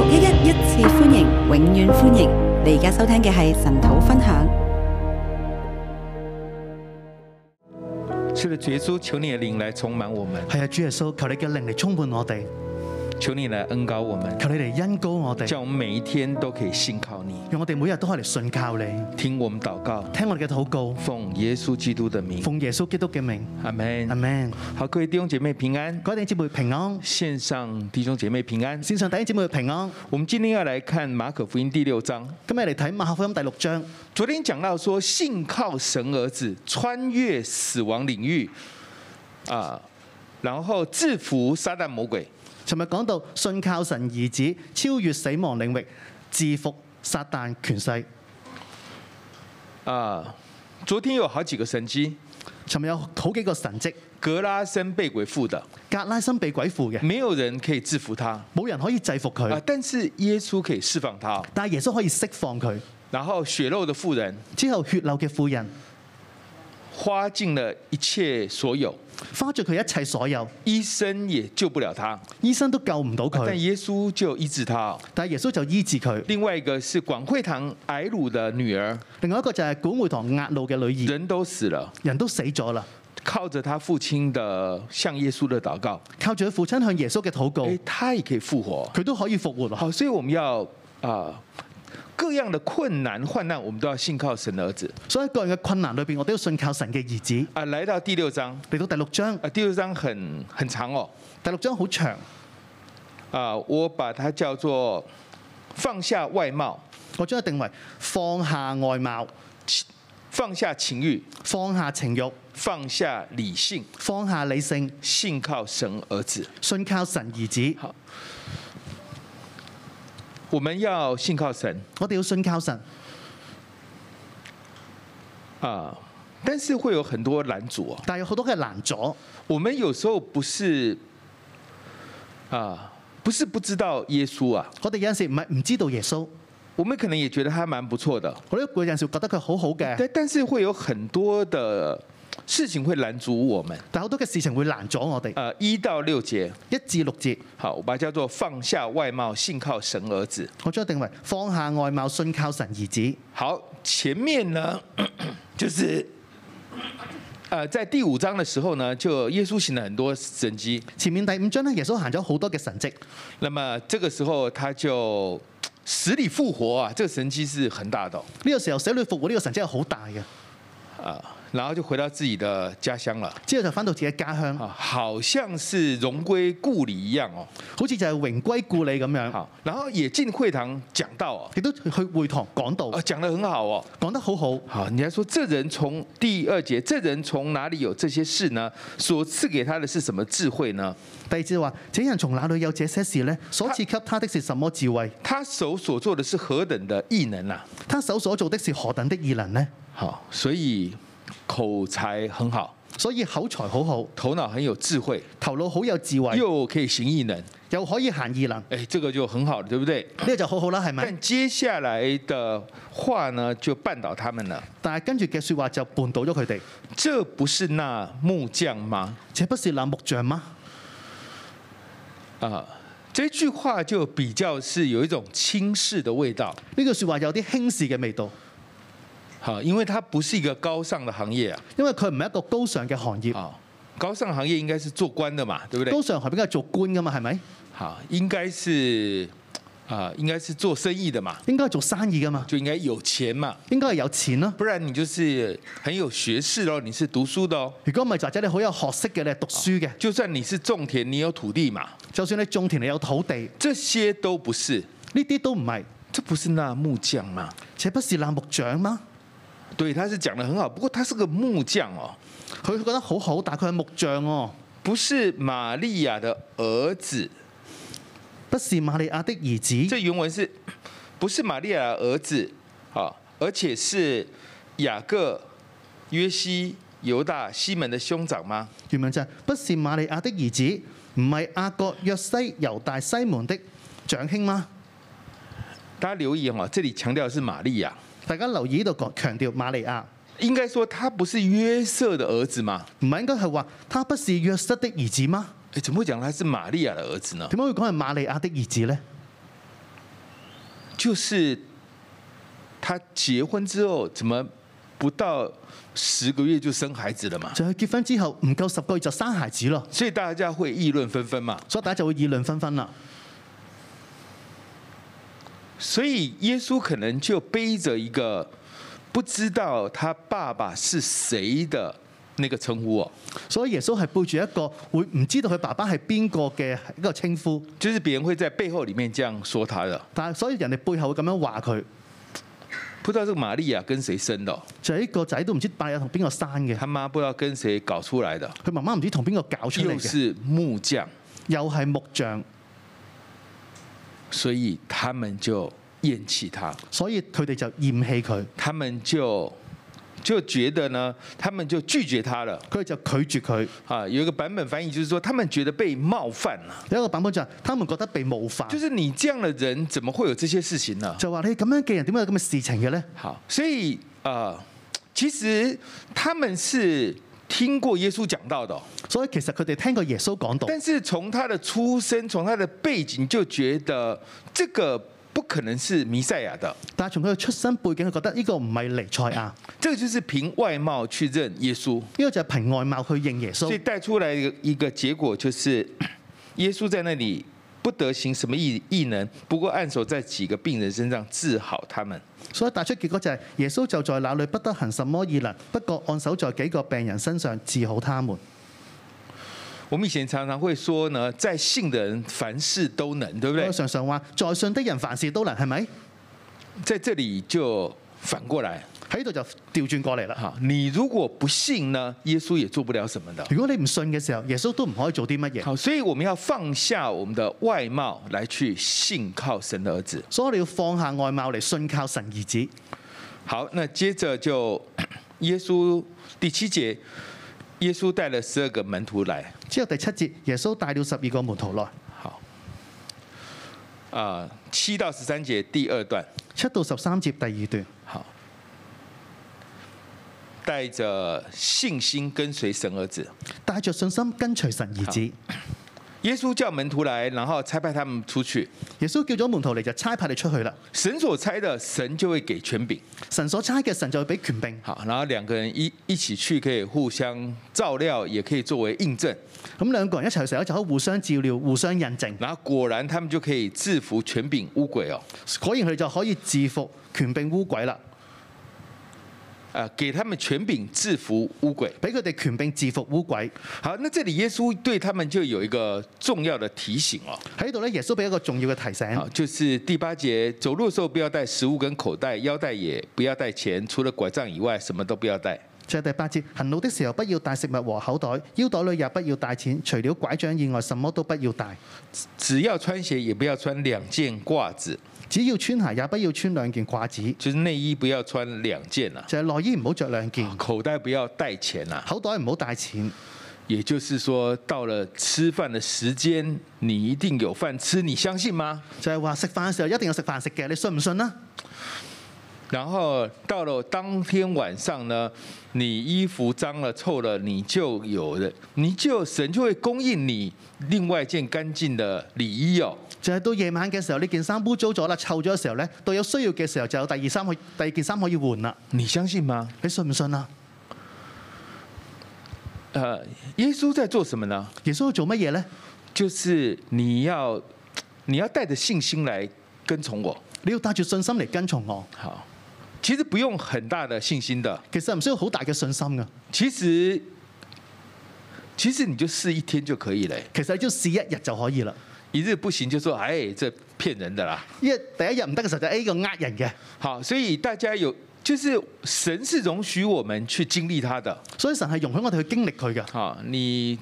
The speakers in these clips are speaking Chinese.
611一次歡迎，永遠歡迎！你而家收聽嘅係神土分享。 是的，主耶穌，求你的靈來充滿我們。 係啊，主耶穌，求你嘅靈嚟充滿我哋， 求你來恩膏我們， 求你嚟恩膏我哋， 叫我們每一天都可以信靠你， 讓我哋每日都可以嚟信靠你， 聽我們禱告， 聽我哋嘅禱告， 奉耶穌基督的名， 奉耶穌基督嘅名， 阿門， 阿門。 好，各位弟兄姐妹平安， 各位弟兄姐妹平安， 線上弟兄姐妹平安， 線上弟兄姐妹平安。 我們今天要來看馬可福音第6章。 今日嚟睇馬可福音第6章。 昨天講到說，信靠神兒子，穿越死亡領域，然後制服撒旦魔鬼。 尋日講到信靠神兒子，超越死亡領域，制服撒旦權勢。 昨天有好幾個神蹟， 尋日有好幾個神蹟。 格拉森被鬼附的， 格拉森被鬼附嘅， 沒有人可以制服他， 冇人可以制服佢。 但是耶穌可以釋放他， 但係耶穌可以釋放佢。 然後血漏的婦人， 之後血漏嘅婦人花盡了一切所有， 花咗佢一切所有， 醫生也救不了他， 醫生都救唔到佢， 但耶穌就醫治他。 但係耶穌就醫治佢。 另外一個是管會堂睚魯的女兒， 另外一個就係管會堂押路嘅女兒， 人都死了， 人都死咗啦， 靠着他父親的向耶穌的禱告， 靠住佢父親向耶穌嘅禱告， 他也可以復活， 佢都可以復活。 好，所以我們要各樣的困難患難，我們都要信靠神的兒子。 所以各樣嘅困難裏邊，我都要信靠神嘅兒子。 來到第6章， 嚟到第6章， 第6章很長哦。 第6章好長， 我把它叫做放下外貌， 我將佢定為放下外貌， 放下情慾， 放下情慾， 放下理性， 放下理性， 信靠神兒子， 信靠神兒子。 好，我們要信靠神， 我哋要信靠神但是會有很多攔阻， 但係有好多嘅攔阻。 我們有時候不是不知道耶穌啊， 我哋有陣時唔係唔知道耶穌， 我們可能也覺得他蠻不錯的， 我哋有陣時覺得佢好好嘅， 但是會有很多的事情會攔阻我們， 但好多嘅事情會攔阻我哋。 1到6節 1至6節， 好，我把它叫做放下外貌，信靠神兒子。 我將定為放下外貌，信靠神兒子。 好，前面呢，就是在第5章的時候呢，就耶穌行了很多神蹟。 前面第5章呢，耶穌行咗好多嘅神蹟。 那麼這個時候他就死裡復活啊，這個神蹟是很大的。 呢個時候死裡復活呢個神蹟係好大嘅。 然後就回到自己的家鄉了， 之後就返到自己家鄉， 好像是榮歸故里一樣哦， 好似就係榮歸故里咁樣。 好，然後也進會堂講道哦， 亦都去會堂講道， 講得很好哦， 講得好好。 好，你還說這人從第2節，這人從哪裡有這些事呢？所賜給他的是什麼智慧呢？ 第2節話：這人從哪裡有這些事呢？所賜給他的是什麼智慧？ 他手所做的是何等的異能啊！ 他手所做的是何等的異能呢？ 好，所以口才很好， 所以口才好好， 頭腦很有智慧， 頭腦好有智慧， 又可以行異能， 又可以行異能。 這個就很好了，對不對？ 呢個就好好啦，係咪？ 但接下來的話呢，就絆倒他們了。 但係跟住嘅説話就絆倒咗佢哋。 這不是那木匠嗎？ 這不是那木匠嗎？ 這句話就比較是有一種輕視的味道。 呢句説話有啲輕視嘅味道。 好，因為它不是一個高尚的行業啊。 因為佢唔係一個高尚嘅行業。 高尚行業應該是做官的嘛，對不對？ 高尚行業應該係做官噶嘛，係咪？ 好，應該是做生意的嘛。 應該係做生意噶嘛。 就應該有錢嘛。 應該係有錢咯。 不然你就是很有學識咯，你是讀書的哦。 如果唔係，或者你好有學識嘅，你係讀書嘅。 就算你是種田，你有土地嘛。 就算你種田，你有土地， 這些都不是。 呢啲都唔係。 這不是那木匠嗎？ 這不是那木匠嗎？ 對，他是講得很好，不過他是個木匠哦。 佢覺得好好，但係佢係木匠哦。 不是瑪利亞的兒子， 不是瑪利亞的兒子。 這原文是不是瑪利亞的兒子？而且是雅各、約西、猶大、西門的兄長嗎？ 原文就係不是瑪利亞的兒子，唔係雅各、約西、猶大、西門的長兄嗎？ 大家留意哦，這裡強調的是瑪利亞。 大家留意呢度講強調瑪利亞。 應該說他不是約瑟的兒子嗎？ 唔係應該係話他不是約瑟的兒子嗎？ 怎麼會講他是瑪利亞的兒子呢？ 點解會講係瑪利亞的兒子呢？ 就是他結婚之後，怎麼不到10個月就生孩子了嘛？ 就係結婚之後唔夠10個月就生孩子咯， 所以大家會議論紛紛嘛。 所以大家就會議論紛紛啦。 所以耶穌可能就背着一個不知道他爸爸是誰的那個稱呼哦。 所以耶穌係背住一個會唔知道佢爸爸係邊個嘅一個稱呼， 就是別人會在背後裡面這樣說他的。 但係所以人哋背後會咁樣話佢， 不知道這個瑪利亞跟誰生的， 就係呢個仔都唔知伯有同邊個生嘅， 他媽不知道跟誰搞出來的， 佢媽媽唔知同邊個搞出嚟又嘅， 是木匠， 又係木匠， 所以他們就厭棄他， 所以佢哋就厭棄佢， 他們就覺得呢，他們就拒絕他了。 佢哋就拒絕佢。 啊，有一個版本翻譯就是說，他們覺得被冒犯了。 有一個版本就係他們覺得被冒犯， 就是你這樣的人，怎麼會有這些事情呢？ 就話你咁樣嘅人點解有咁嘅事情嘅咧？ 好，所以其實他們是聽過耶穌講道的， 所以其實佢哋聽過耶穌講道， 但是從他的出身，從他的背景，就覺得這個不可能是彌賽亞的。 但係從佢嘅出身背景，佢覺得呢個唔係彌賽亞。 這個就是憑外貌去認耶穌， 呢個就係憑外貌去認耶穌。 所以帶出來一個結果就是，耶穌在那裡不得行什麼異能，不過按手在幾個病人身上治好他們。 所以帶出結果就係耶穌就在那裡不得行什麼異能，不過按手在幾個病人身上治好他們。 我們以前常常會說呢，在信的人凡事都能，對不對？ 我常常話在信的人凡事都能，係咪？ 在這裡就反過來， 喺呢度就調轉過嚟啦。 好，你如果不信呢，耶穌也做不了什麼的。 如果你唔信嘅時候，耶穌都唔可以做啲乜嘢。 好，所以我們要放下我們的外貌，來去信靠神的兒子。 所以我哋要放下外貌嚟信靠神兒子。 好，那接着就耶穌第7節，耶穌帶了12個門徒來。 之後第7節，耶穌帶了12個門徒來。 好，7到13節第2段。 7到13節第2段。 好，帶着信心跟隨神兒子， 帶着信心跟隨神兒子。 耶穌叫門徒來，然後差派他們出去。 耶穌叫咗門徒嚟就差派你出去啦。 神所差的，神就會給權柄。 神所差嘅，神就會俾權柄。 好，然後兩個人一起去，可以互相照料，也可以作為印證。 咁兩個人一齊嘅時候就可以互相照料、互相印證。 然後果然，他們就可以制服權柄污鬼哦。 果然佢哋就可以制服權柄污鬼啦。 給他們權柄制服污鬼， 俾佢哋權柄制服污鬼。 好，那這裡耶穌對他們就有一個重要的提醒哦。 喺度咧，耶穌俾一個重要嘅提醒， 就是第8節，走路的時候不要帶食物跟口袋，腰帶也不要帶錢，除了拐杖以外，什麼都不要帶。 就係第8節，行路的時候不要帶食物和口袋，腰袋裏也不要帶錢，除了拐杖以外，什麼都不要帶。 只要穿鞋，也不要穿2件褂子。 只要穿鞋，也不要穿2件褂子。 就是內衣不要穿2件啦。 就係內衣唔好着2件。 口袋不要帶錢啦。 口袋唔好帶錢。 也就是說，到了吃飯的時間，你一定有飯吃，你相信嗎？ 就係話食飯嘅時候一定有食飯食嘅，你信唔信呢？ 然後到了當天晚上呢，你衣服髒了臭了，你就神就會供應你另外一件乾淨的裡衣哦。 就係到夜晚嘅時候，呢件衫污糟咗啦、臭咗嘅時候咧，到有需要嘅時候就有第二件衫可以換啦。 你相信嗎？ 你信唔信啊？ 耶穌在做什麼呢？ 耶穌要做乜嘢咧？ 就是你要帶着信心來跟從我。 你要帶住信心嚟跟從我。 好。其實不用很大的信心的， 其實唔需要好大嘅信心噶。 其實你就試1天就可以了。 其實你就試1日就可以啦。 1日不行就說，哎，這騙人的啦。 第一日唔得嘅時候就呢個呃人嘅。 好，所以大家就是神是容許我們去經歷他的， 所以神係容許我哋去經歷佢嘅。 好，你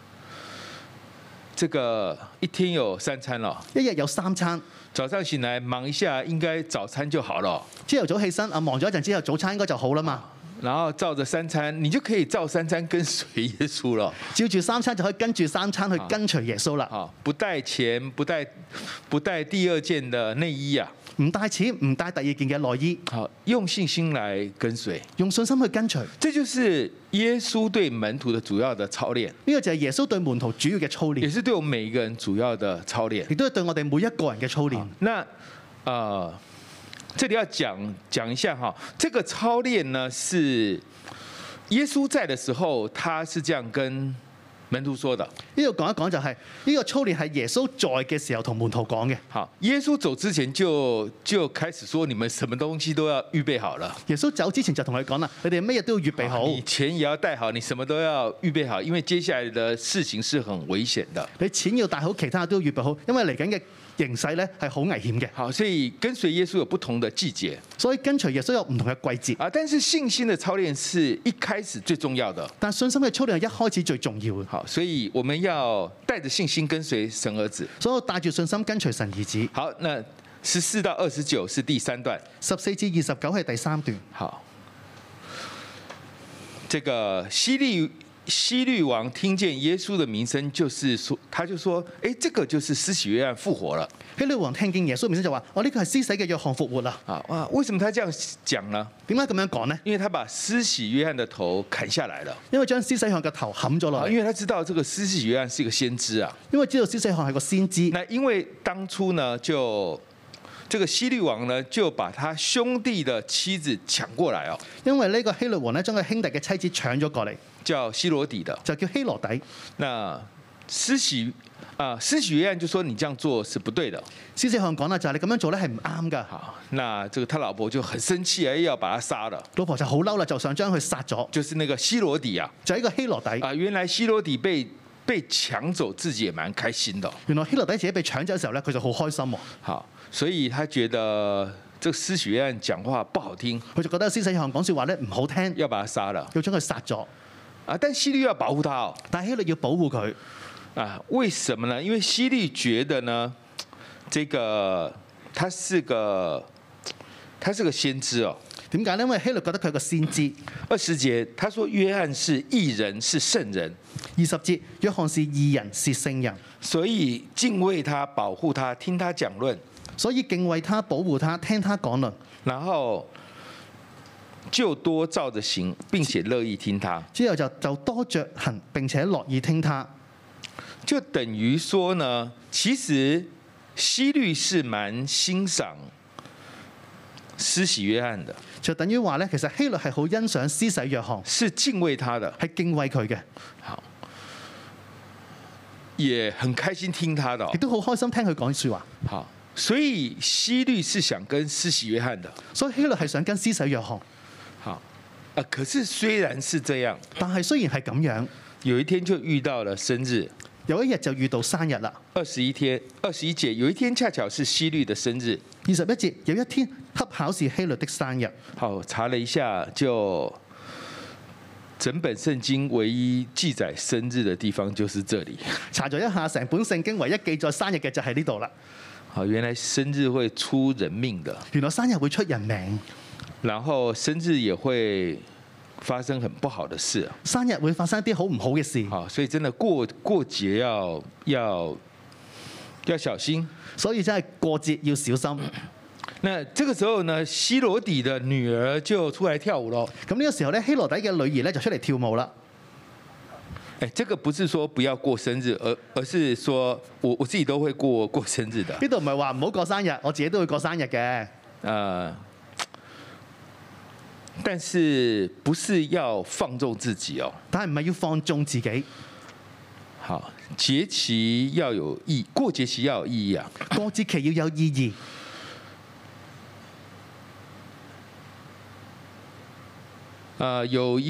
這個1天有3餐咯，1 日有3餐。 早上醒來忙一下，應該早餐就好了。 朝頭早起身忙咗一陣之後，早餐應該就好啦嘛。 然後照着3餐，你就可以照3餐跟隨耶穌了。 照住3餐就可以跟住3餐去跟隨耶穌啦。 啊，不帶錢，不帶第2件的內衣啊。 唔帶錢，唔帶第2件嘅內衣。 好，用信心來跟隨， 用信心去跟隨。 這就是耶穌對門徒的主要的操練。 呢個就係耶穌對門徒主要嘅操練， 也是對我們每一個人主要的操練， 亦都係對我哋每一個人嘅操練。 那这里要讲一下哈，这个操練呢是耶穌在的時候，他是這樣跟門徒說的。 呢度講一講就係呢個操練係耶穌在嘅時候同門徒講嘅。 好，耶穌走之前就開始說，你們什麼東西都要預備好了。 耶穌走之前就同佢講啦，你哋乜嘢都要預備好。 你錢也要帶好，你什麼都要預備好，因為接下來的事情是很危險的。 你錢要帶好，其他都要預備好，因為嚟緊嘅形勢咧係好危險嘅。 好，所以跟隨耶穌有不同的季節， 所以跟隨耶穌有唔同嘅季節啊。但是信心的操練是一開始最重要的。 但信心嘅操練係一開始最重要嘅。 好，所以我們要帶着信心跟隨神兒子。 所以帶住信心跟隨神兒子。 好，那14到29是第3段 ，14至29係第3段。 好，這個希律王聽見耶穌的名聲，就是說，他就說：哎，這個就是施洗約翰復活了。 希律王聽見耶穌名聲就話：哦，呢個係施洗嘅約翰復活啦。 啊，為什麼他這樣講呢？ 點解咁樣講呢？ 因為他把施洗約翰的頭砍下來了。 因為將施洗約翰嘅頭冚咗落嚟。 因為他知道這個施洗約翰是一個先知啊。 因為知道施洗約翰係個先知。 那因為當初呢，就這個希律王呢，就把他兄弟的妻子搶過來哦。 因為呢個希律王呢，將佢兄弟嘅妻子搶咗過嚟。 叫希羅底的， 就叫希羅底。 那施洗約翰就說你這樣做是不對的。 施洗約翰講啦，就係你咁樣做咧係唔啱噶。 好，那這個他老婆就很生氣，要把他殺了。 老婆就好嬲啦，就想將佢殺咗。 就是那個希羅底啊， 就係一個希羅底啊。原來希羅底被搶走，自己也蠻開心的。 原來希羅底自己被搶走嘅時候咧，佢就好開心喎。 好，所以他覺得這個施洗約翰講話不好聽， 佢就覺得施洗約翰講説話咧唔好聽， 要把他殺了， 要將佢殺咗。 啊！但希律要保護他哦， 但希律要保護佢啊？為什麼呢？因為希律覺得呢，這個他是個先知哦。 點解呢？因為希律覺得佢係個先知。 20節，他說約翰是義人，是聖人。 20節，約翰是義人，是聖人， 所以敬畏他，保護他，聽他講論。 所以敬畏他，保護他，聽他講論。 然後就多照着行，並且樂意聽他。 之後就多着行，並且樂意聽他。 就等於說呢，其實希律是蠻欣賞施洗約翰的。 就等於話咧，其實希律係好欣賞施洗約翰， 是敬畏他的， 係敬畏佢嘅。 好，也很開心聽他的， 亦都好開心聽佢講説話。 好，所以希律是想跟施洗約翰的。 所以希律係想跟施洗約翰。 好，可是雖然是這樣， 但係雖然係咁樣， 有一天就遇到了生日。 有一日就遇到生日啦。 21節，有一天恰巧是希律的生日。 21節，有一天恰巧是希律的生日。 好，查了一下，就整本聖經唯一記載生日的地方就是這裡。 查咗一下，成本聖經唯一記載生日嘅就係呢度啦。 好，原來生日會出人命的。 原來生日會出人命， 然後生日也會發生很不好的事， 生日會發生一啲好唔好嘅事。 好，所以真的過節要小心。 所以真係過節要小心。 那這個時候呢，希羅底的女兒就出來跳舞咯。 咁呢個時候咧，希羅底嘅女兒咧就出嚟跳舞啦。 誒，這個不是說不要過生日，而是說我自己都會過生日的。 呢度唔係話唔好過生日，我自己都會過生日嘅。 但是不是要放縱自己哦？ 但係唔係要放縱自己。 好，節期要有意，過節期要有意義啊。 過節期要有意義。 有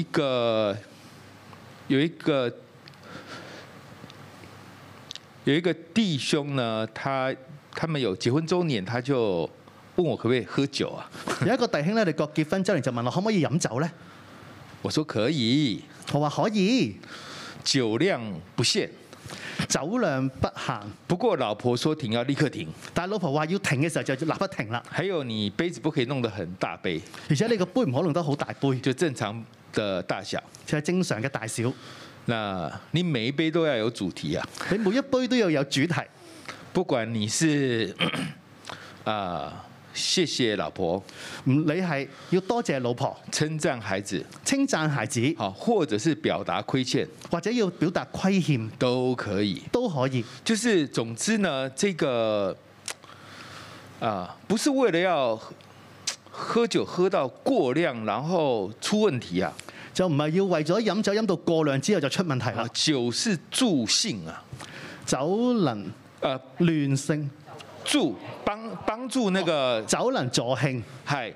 一個弟兄呢，他們有結婚週年，他就問我可不可以喝酒啊？ 有一個弟兄咧，你個結婚週年就問我可唔可以飲酒咧？ 我說可以。 我話可以， 酒量不限， 酒量不限。 不過老婆說停要立刻停。 但係老婆話要停嘅時候就立刻停啦。 還有你杯子不可以弄得很大杯， 而且你個杯唔可能都好大杯， 就正常的大小， 就係正常嘅大小。 那你每一杯都要有主題啊！ 你每一杯都要有主題， 不管你是謝謝老婆， 你係要多謝老婆， 稱讚孩子， 稱讚孩子， 好，或者是表達虧欠， 或者要表達虧欠， 都可以， 都可以。 就是總之呢，這個不是為了要喝酒喝到過量，然後出問題啊。 就唔係要為咗飲酒飲到過量之後就出問題啦。 酒是助興啊， 酒能亂性， 幫助那個酒能助興， 係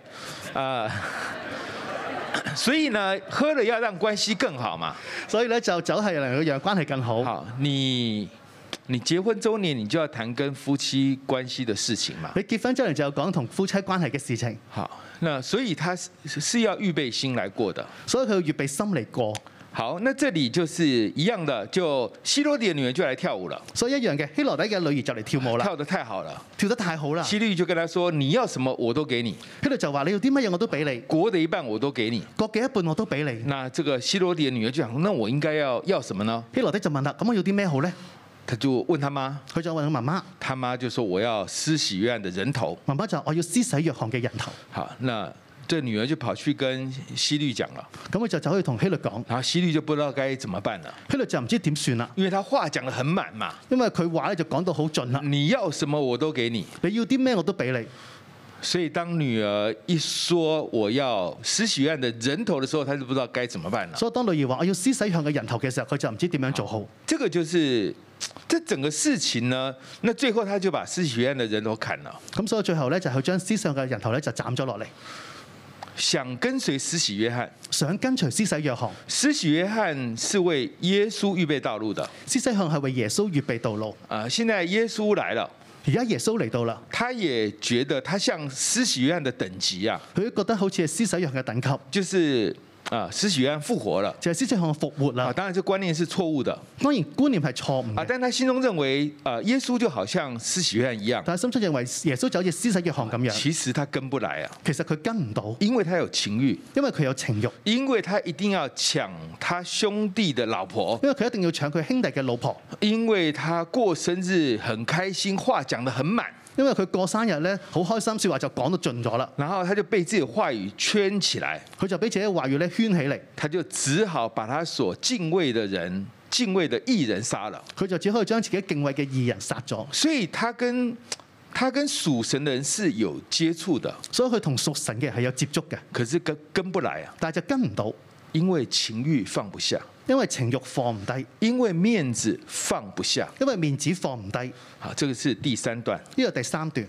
所以呢，喝了要讓關係更好嘛。 所以咧就酒係能夠讓關係更好。 好，你結婚週年，你就要談跟夫妻關係的事情嘛。 你結婚週年就講同夫妻關係嘅事情。 好，那所以他是要預備心來過的。 所以佢要預備心嚟過。 好，那這裡就是一樣的，就希羅底的女兒就來跳舞了。 所以一樣嘅，希羅底嘅女兒就嚟跳舞啦。 跳得太好了， 跳得太好啦。 希律就跟他說：你要什麼我都給你。 希律就話：你要啲乜嘢我都俾你。 國的一半我都給你。 國嘅一半我都俾你。 那這個希羅底的女兒就講：那我應該要什麼呢？ 希羅底就問啦：咁我要啲咩好呢？ 他就問他媽， 佢就問佢媽媽， 他媽就說：我要施洗約翰的人頭。 媽媽就話：我要施洗約翰嘅人頭。 好，那這女兒就跑去跟希律講了。 咁佢就走去同希律講， 然後希律就不知道該怎麼辦了。 希律就唔知點算啦， 因為他話講得很滿嘛。 因為佢話咧就講到好盡啦。 你要什麼我都給你， 你要啲咩我都俾你。 所以當女兒一說我要施洗約翰的人頭的時候，他就不知道該怎麼辦了。 所以當女兒話我要施洗約翰嘅人頭嘅時候，佢就唔知點樣做好。 這個就是這整個事情呢，那最後他就把施洗約翰的人頭砍了。 咁所以最後咧就係將施洗約翰嘅人頭咧就斬咗落嚟。 想跟隨施洗約翰， 想跟隨施洗約翰。 施洗約翰是為耶穌預備道路的。 施洗約翰係為耶穌預備道路。 現在耶穌來了， 而家耶穌嚟到啦， 他也覺得他像施洗約翰的等級啊， 佢覺得好似係施洗約翰嘅等級， 就是施洗約翰復活了， 就係施洗約翰復活啦。 當然，這觀念是錯誤的。 當然觀念係錯誤嘅， 但他心中認為耶穌就好像施洗約翰一樣， 但係心中認為耶穌就好似施洗約翰咁樣。 其實他跟不來啊， 其實佢跟唔到， 因為他有情慾， 因為佢有情慾， 因為他一定要搶他兄弟的老婆， 因為佢一定要搶佢兄弟嘅老婆， 因為他過生日很開心，話講得很滿。 因為佢過生日咧好開心，説話就講到盡咗啦。 然後他就被自己的話語圈起來， 佢就俾自己嘅話語咧圈起嚟， 他就只好把他所敬畏的人、敬畏的義人殺了。 佢就只可以將自己敬畏嘅義人殺咗。 所以他跟屬神的人是有接觸的， 所以佢同屬神嘅人係有接觸嘅， 可是跟不來啊， 但係就跟唔到， 因為情慾放不下， 因為情慾放唔低， 因為面子放不下， 因為面子放唔低。 好，這個是第三段。 呢個第三段。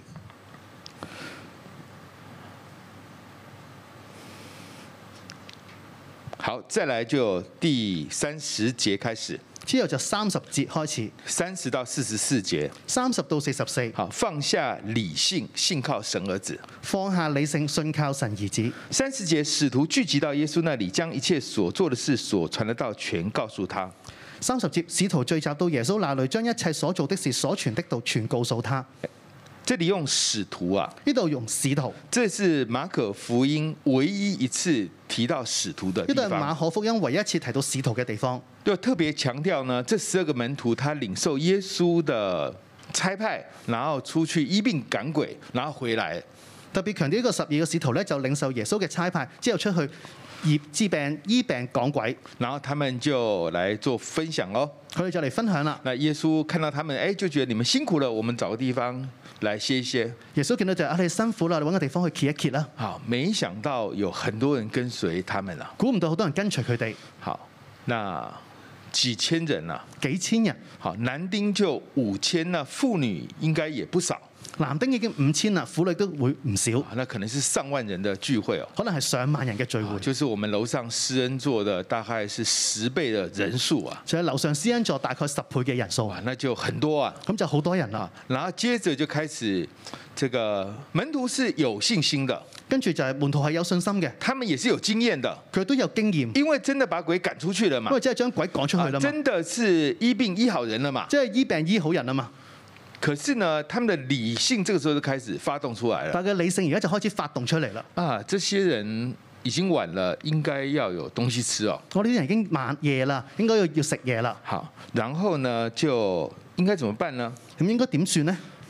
好，再來就第30節開始。 之後就30節開始 ，30到44節 ，30到44。 好，放下理性，信靠神兒子。 放下理性，信靠神兒子。 30節，使徒聚集到耶穌那裡，將一切所做的事、所傳的道全告訴他。 30節，使徒聚集到耶穌那裡，將一切所做的事、所傳的道全告訴他。 這裡用使徒啊， 呢度用使徒， 這是馬可福音唯一一次提到使徒的地方。 呢度係馬可福音唯一一次提到使徒嘅地方。 就特別強調呢，這12個門徒他領受耶穌的差派，然後出去醫病趕鬼，然後回來。 特別強調呢個12個使徒咧，就領受耶穌嘅差派之後出去醫病趕鬼， 然後他們就來做分享咯。 佢哋就嚟分享啦。 那耶穌看到他們，就覺得你們辛苦了，我們找個地方來歇一歇。 耶穌見到就你辛苦啦，你揾個地方去歇一歇啦。 好，沒想到有很多人跟隨他們啦。 估唔到好多人跟隨佢哋。 好，那幾千人啦， 幾千人。 好，男丁就5000，那婦女應該也不少。 男丁已經5000啦，婦女都會唔少。 那可能是上萬人的聚會哦， 可能係上萬人嘅聚會。 就是我們樓上施恩座的大概是10倍的人數啊。 就喺樓上施恩座大概10倍嘅人數。 哇，那就很多啊。 咁就好多人啦。 然後接着就開始，這個門徒是有信心的， 跟住就係門徒係有信心嘅， 他們也是有經驗的， 佢都有經驗， 因為真的把鬼趕出去了嘛， 因為真係將鬼趕出去啦嘛， 真的是醫病醫好人了嘛， 即係醫病醫好人啊嘛。 可是呢，他們的理性這個時候就開始發動出來了。 但係理性而家就開始發動出嚟啦。 這些人已經晚了，應該要有東西吃哦。 我哋啲人已經晚夜啦，應該要食嘢啦。 好，然後呢就應該怎麼辦呢？ 咁應該點算呢？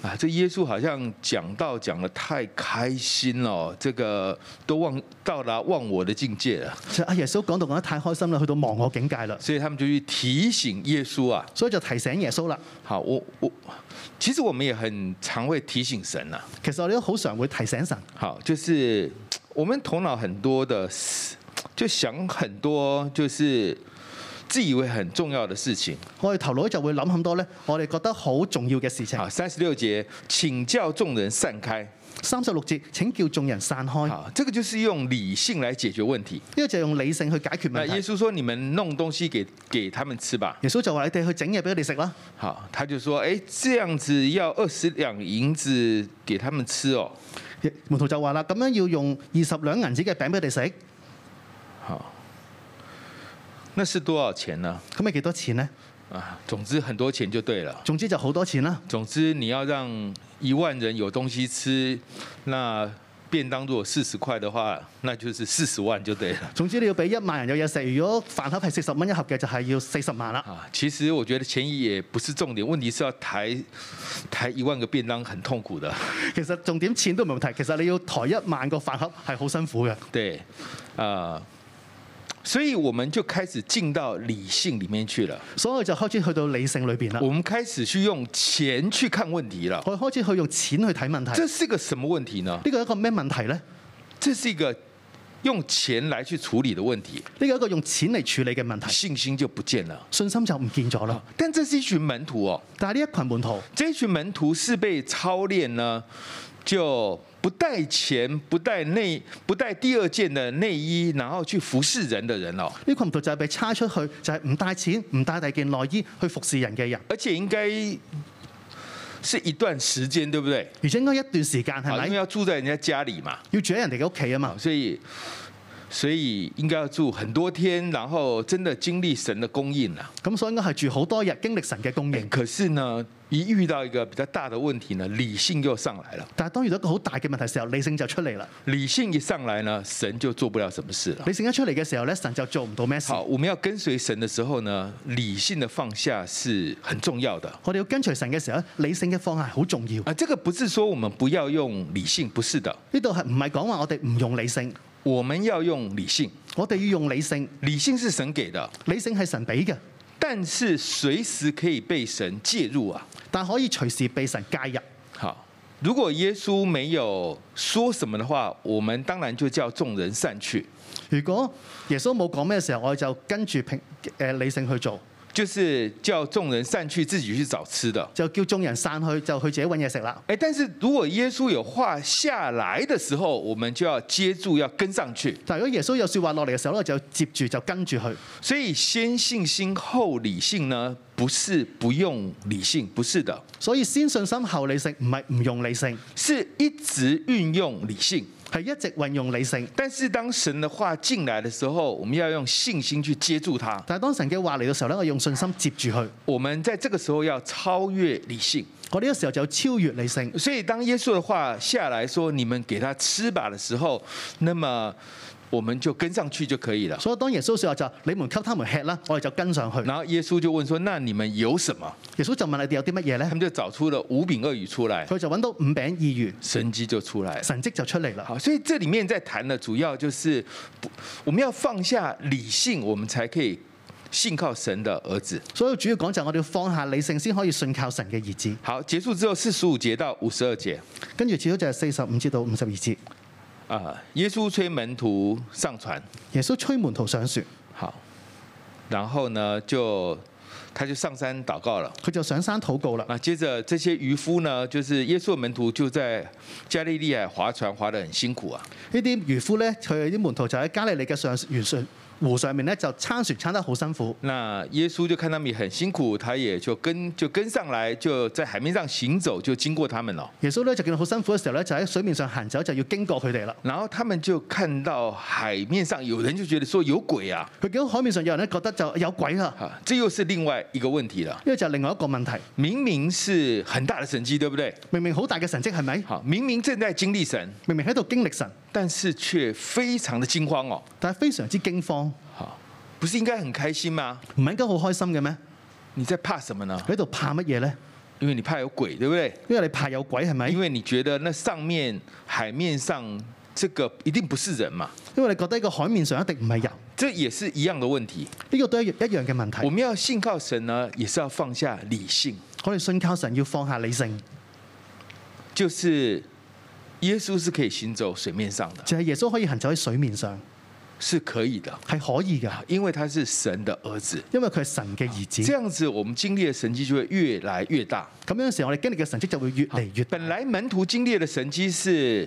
啊，这耶穌好像講道講得太開心了，這個都到達忘我的境界了。 阿耶穌講到講得太開心啦，去到忘我境界啦。 所以他們就去提醒耶穌啊。 所以就提醒耶穌啦。 好，其實我們也很常會提醒神啊。 其實我哋都好常會提醒神。 好，就是我們頭腦很多的，就想很多，就是自以為很重要的事情。 我哋頭腦就會諗很多咧，我哋覺得好重要嘅事情。 好，36節，請叫眾人散開。 36節，請叫眾人散開。 好，這個就是用理性來解決問題。 呢個就係用理性去解決問題。 耶穌說：你們弄東西給他們吃吧。 耶穌就話：你哋去整嘢俾佢哋食啦。 好，他就說：這樣子要20兩銀子給他們吃哦。 門徒就話啦：咁樣要用20兩銀子嘅餅俾佢哋食。 好，那是多少錢呢？ 咁係幾多錢呢？ 啊，總之很多錢就對了。 總之就好多錢啦。 總之你要讓1萬人有東西吃，那便當如果40塊的話，那就是40萬就對了。 總之你要俾1萬人有嘢食，如果飯盒係40蚊一盒嘅，就係要40萬啦。 啊，其實我覺得錢也不是重點，問題是要抬1萬個便當很痛苦的。 其實重點錢都唔係問題，其實你要抬1萬個飯盒係好辛苦嘅。 對，所以我們就開始進到理性裡面去了。 所以就開始去到理性裏邊啦。 我們開始去用錢去看問題了。 我哋開始去用錢去睇問題。 這是個什麼問題呢？ 呢個係一個咩問題呢？ 這是一個用錢來去處理的問題。 呢個係一個用錢嚟處理嘅問題。 信心就不見了， 信心就唔見咗啦。 但這是一群門徒哦。 但係呢一群門徒， 這一群門徒是被操練呢，就不帶錢、不帶第二件的內衣，然後去服侍人的人哦。 呢群門徒就係被差出去，就係唔帶錢、唔帶第二件內衣去服侍人嘅人。 而且應該是一段時間，對不對？ 而且應該一段時間係咪？ 因為要住在人家家裡嘛， 要住喺人哋嘅屋企啊嘛， 所以應該要住很多天，然後真的經歷神的供應啦。 咁所以應該係住好多日，經歷神嘅供應。 可是呢，一遇到一個比較大的問題呢，理性又上來了。 但係當遇到一個好大嘅問題時候，理性就出嚟啦。 理性一上來呢，神就做不了什麼事了。 理性一出嚟嘅時候咧，神就做唔到咩事。 好，我們要跟隨神的時候呢，理性的放下是很重要的。 我哋要跟隨神嘅時候，理性嘅放下好重要。 啊，這個不是說我們不要用理性，不是的。 呢度係唔係講話我哋唔用理性？ 我們要用理性。 我哋要用理性。 理性是神給的， 理性係神俾嘅， 但是隨時可以被神介入啊。 但可以隨時被神介入。 好，如果耶穌沒有說什麼的話，我們當然就叫眾人散去。 如果耶穌冇講咩嘅時候，我哋就跟住理性去做。 就是叫眾人散去，自己去找吃的， 就叫眾人散去，就去自己揾嘢食啦。 但是如果耶穌有話下來的時候，我們就要接住，要跟上去。 但如果耶穌有說話落嚟嘅時候咧，就接住就跟住去。 所以先信心後理性呢，不是不用理性，不是的。 所以先信心後理性，唔係唔用理性， 是一直運用理性。 係一直運用理性， 但是當神的話進來的時候，我們要用信心去接住它。 但係當神嘅話嚟嘅時候咧，我用信心接住去。 我們在這個時候要超越理性， 我呢個時候就要超越理性。 所以當耶穌的話下來說你們給他吃吧的時候，那麼我們就跟上去就可以了。 所以當耶穌說話就你們給他們吃啦，我哋就跟上去。 然後耶穌就問說：那你們有什麼？ 耶穌就問你哋有啲乜嘢咧？ 他們就找出了5餅2魚出來， 佢就揾到5餅2魚， 神蹟就出來了， 神蹟就出嚟啦。 好，所以這裡面在談的主要就是我們要放下理性，我們才可以信靠神的兒子。 所以主要講就係我哋要放下理性，先可以信靠神嘅兒子。 好，結束之後45節到52節， 跟住至少就係45節到52節。 耶穌催門徒上船， 耶穌催門徒上船。 好，然後呢他就上山禱告了， 佢就上山禱告啦。 接着這些漁夫呢，就是耶穌的門徒就在加利利海划船，划得很辛苦啊。 呢啲漁夫咧，佢啲門徒就喺加利利嘅湖上面咧，就撐船撐得好辛苦。 那耶穌就看他們也很辛苦，他也就跟上來，就在海面上行走，就經過他們咯。 耶穌咧就見到好辛苦嘅時候咧，就喺水面上行走，就要經過佢哋啦。 然後他們就看到海面上有人就覺得說有鬼啊， 佢見到海面上有人咧覺得就有鬼啦。 這又是另外一個問題了。 呢個就係另外一個問題。 明明是很大的神蹟，對不對？ 明明好大嘅神蹟係咪？ 好，明明正在經歷神， 明明喺度經歷神， 但是卻非常的驚慌哦。 但係非常之驚慌。 好，不是應該很開心嗎？ 唔係應該好開心嘅咩？ 你在怕什麼呢？ 喺度怕乜嘢咧？ 因為你怕有鬼，對不對？ 因為你怕有鬼係咪？ 因為你覺得那上面海面上這個一定不是人嘛？ 因為你覺得呢個海面上一定唔係人， 這也是一樣的問題。 呢個都係一樣嘅問題。 我們要信靠神呢，也是要放下理性。 我哋信靠神要放下理性， 就是耶穌是可以行走水面上的， 就係耶穌可以行走喺水面上， 是可以的， 係可以嘅， 因為他是神的兒子。 因為佢係神嘅兒子。 這樣子，我們經歷的神蹟就會越來越大。 咁樣嘅時候，我哋經歷嘅神蹟就會越嚟越大。 本來門徒經歷的神蹟是，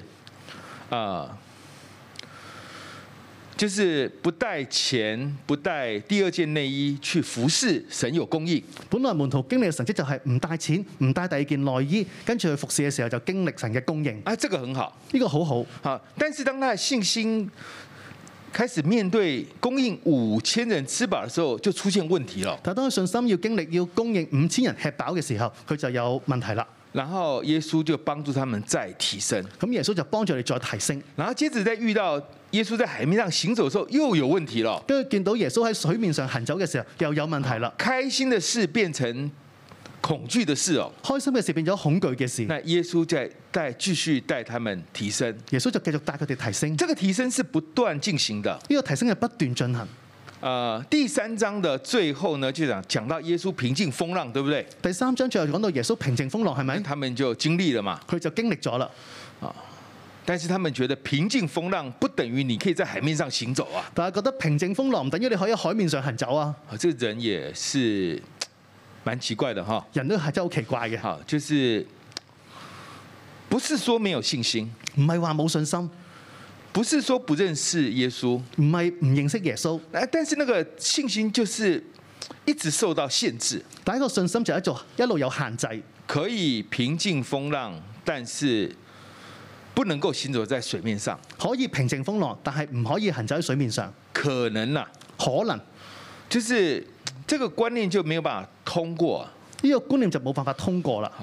就是不帶錢、不帶第二件內衣去服侍，神有供應。 本來門徒經歷嘅神蹟就係唔帶錢、唔帶第二件內衣，跟住去服侍嘅時候就經歷神嘅供應。 啊，這個很好， 呢個好好。 好，但是當他的信心開始面對供應5000人吃飽的時候，就出現問題了。 但當佢信心要經歷要供應5000人吃飽嘅時候，佢就有問題啦。 然後耶穌就幫助他們再提升。 咁耶穌就幫助你再提升。 然後接着再遇到耶穌在海面上行走的時候，又有問題了。 跟住見到耶穌喺水面上行走嘅時候，又有問題啦。 開心的事變成恐懼的事哦。 開心嘅事變咗恐懼嘅事。 那耶穌再繼續帶他們提升。 耶穌就繼續帶佢哋提升。 這個提升是不斷進行的。 呢個提升係不斷進行。 第3章的最後呢，就講到耶穌平靜風浪，對不對？ 第3章最後講到耶穌平靜風浪，係咪？ 他們就經歷了嘛。 佢就經歷咗啦。 但是他們覺得平靜風浪不等於你可以在海面上行走啊。 但係覺得平靜風浪唔等於你可以喺海面上行走啊。 這個人也是蠻奇怪的哈。 人都係真係好奇怪嘅。 好，就是不是說沒有信心， 唔係話冇信心。 不是說不認識耶穌， 唔係唔認識耶穌， 但是那個信心就是一直受到限制。 但係個信心就一路有限制， 可以平靜風浪，但是不能夠行走在水面上。 可以平靜風浪，但係唔可以行走喺水面上。 可能啦， 可能就是這個觀念就沒有辦法通過。 呢個觀念就冇辦法通過啦。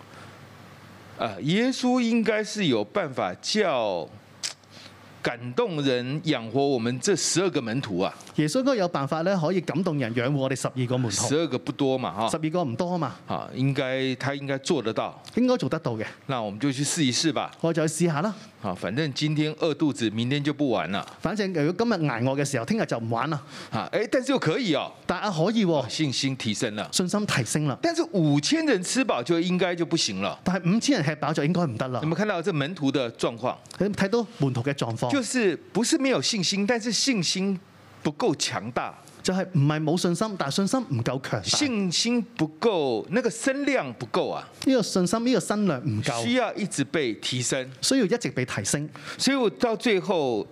耶穌應該是有辦法叫感動人養活我們這12個門徒啊！ 耶穌應該有辦法咧，可以感動人養活我哋12個門徒。 12個不多嘛，哈 ，12個唔多啊嘛。 啊，他應該做得到， 應該做得到嘅。 那我們就去試一試吧。 我就去試下啦。 好，反正今天餓肚子，明天就不玩了。 反正如果今日捱餓嘅時候，聽日就唔玩啦。 但是又可以哦。 但係可以喎， 信心提升了， 信心提升啦。 但是5000人吃飽就應該就不行了。 但係5000人吃飽就應該唔得啦。 有冇看到這門徒的狀況？ 你睇到門徒嘅狀況， 就是不是沒有信心，但是信心不夠強大。 就係唔係冇信心，但係信心唔夠強大。 信心不夠，那個聲量不夠啊！ 呢個信心，呢個聲量唔夠， 需要一直被提升， 需要一直被提升。 所以我到最後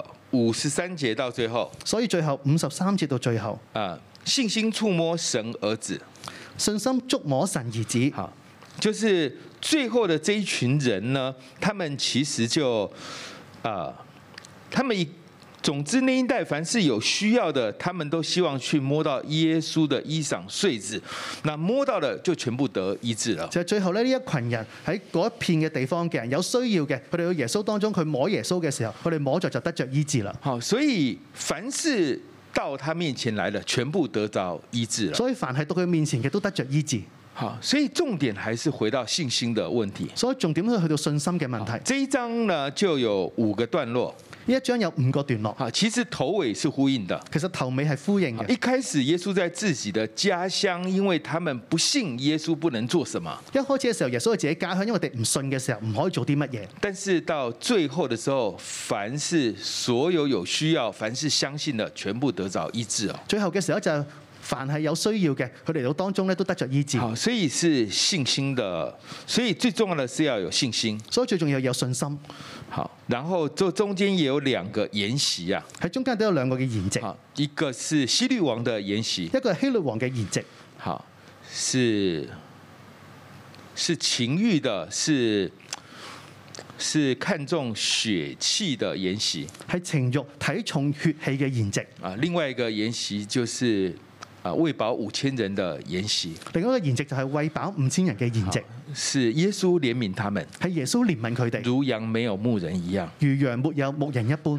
，53節到最後， 所以最後53節到最後， 信心觸摸神兒子， 信心觸摸神兒子。 好，就是最後的這一群人呢，他們其實就他們總之那一代凡是有需要的，他們都希望去摸到耶穌的衣裳繸子，那摸到的就全部得醫治了。 就係最後咧，呢一群人喺嗰一片嘅地方嘅人有需要嘅，佢哋去耶穌當中，佢摸耶穌嘅時候，佢哋摸着就得着醫治啦。 好，所以凡是到他面前來的，全部得到醫治了。 所以凡係到佢面前嘅都得着醫治。 好，所以重點還是回到信心的問題。 所以重點都係去到信心嘅問題。 這一章呢就有5個段落。 呢一章有5個段落。 好，其實頭尾是呼應的。 其實頭尾係呼應嘅。 一開始耶穌在自己的家鄉，因為他們不信耶穌不能做什麼。 一開始嘅時候，耶穌喺自己家鄉，因為佢哋唔信嘅時候，唔可以做啲乜嘢。 但是到最後的時候，凡是所有需要，凡是相信的，全部得着醫治哦。 最後嘅時候就凡係有需要嘅，佢哋嚟到當中咧都得着醫治。 好，所以是信心的，所以最重要的是要有信心。 所以最重要有信心。 好，然後中間也有2個筵席啊， 喺中間都有2個嘅筵席。 好，一個是希律王的筵席， 一個係希律王嘅筵席。 好，是情欲的，是看重血氣的筵席， 係情欲睇重血氣嘅筵席。 啊，另外一個筵席就是餵飽5000人的筵席。 另外一個筵席就係餵飽5000人嘅筵席。 是耶穌憐憫他們， 係耶穌憐憫佢哋， 如羊沒有牧人一樣， 如羊沒有牧人一般。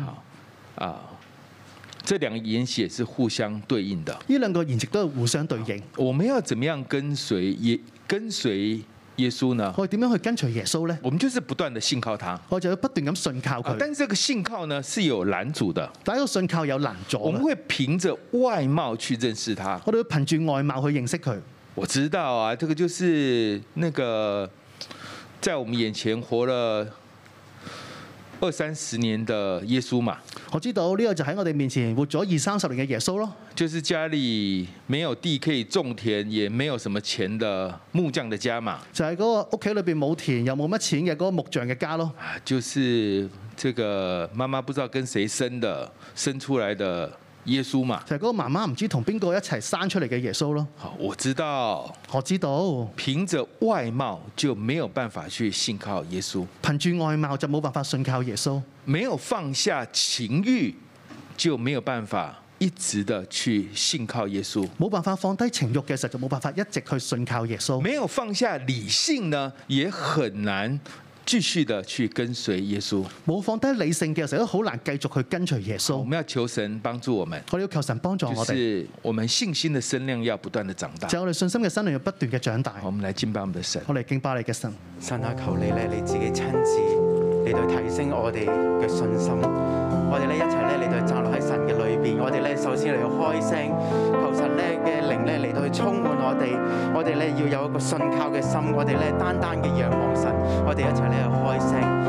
這2個筵席也是互相對應的。 呢2個筵席都係互相對應。 我們要怎麼樣跟隨跟隨耶穌呢？ 我哋點樣去跟隨耶穌呢？ 我們就是不斷的信靠他， 我就要不斷咁信靠佢。 但是這個信靠呢是有攔阻的。 但係個信靠有難阻嘅， 我們會憑着外貌去認識他。 我哋要憑住外貌去認識佢。 我知道啊，這個就是那個在我們眼前活了20-30年的耶穌嘛。 我知道呢個就喺我哋面前活咗20-30年嘅耶穌咯。 就是家裡沒有地可以種田，也沒有什麼錢的木匠的家嘛。 就係嗰個屋企裏邊冇田又冇乜錢嘅嗰個木匠嘅家咯。 就是這個媽媽不知道跟誰生出來的耶穌嘛。 就係嗰個媽媽唔知同邊個一齊生出嚟嘅耶穌咯。 好，我知道，憑着外貌就沒有辦法去信靠耶穌， 憑住外貌就冇辦法信靠耶穌， 沒有放下情慾就沒有辦法一直的去信靠耶穌， 冇辦法放低情慾嘅時候就冇辦法一直去信靠耶穌， 沒有放下理性呢，也很難繼續的去跟隨耶穌。 冇放低理性嘅時候都好難繼續去跟隨耶穌。 我們要求神幫助我們， 我哋要求神幫助我哋， 就是我們信心的身量要不斷的長大。 就係我哋信心嘅身量要不斷嘅長大。 我們來敬拜我們的神， 我哋敬拜你嘅神。 神啊，求你咧，你自己親自嚟到提升我哋嘅信心。我哋咧一齊咧嚟到站落喺神嘅裏邊。我哋咧首先嚟到開聲，求神咧嘅靈咧嚟到去充滿我哋。我哋咧要有一個信靠嘅心。我哋咧單單嘅仰望神。我哋一齊咧開聲。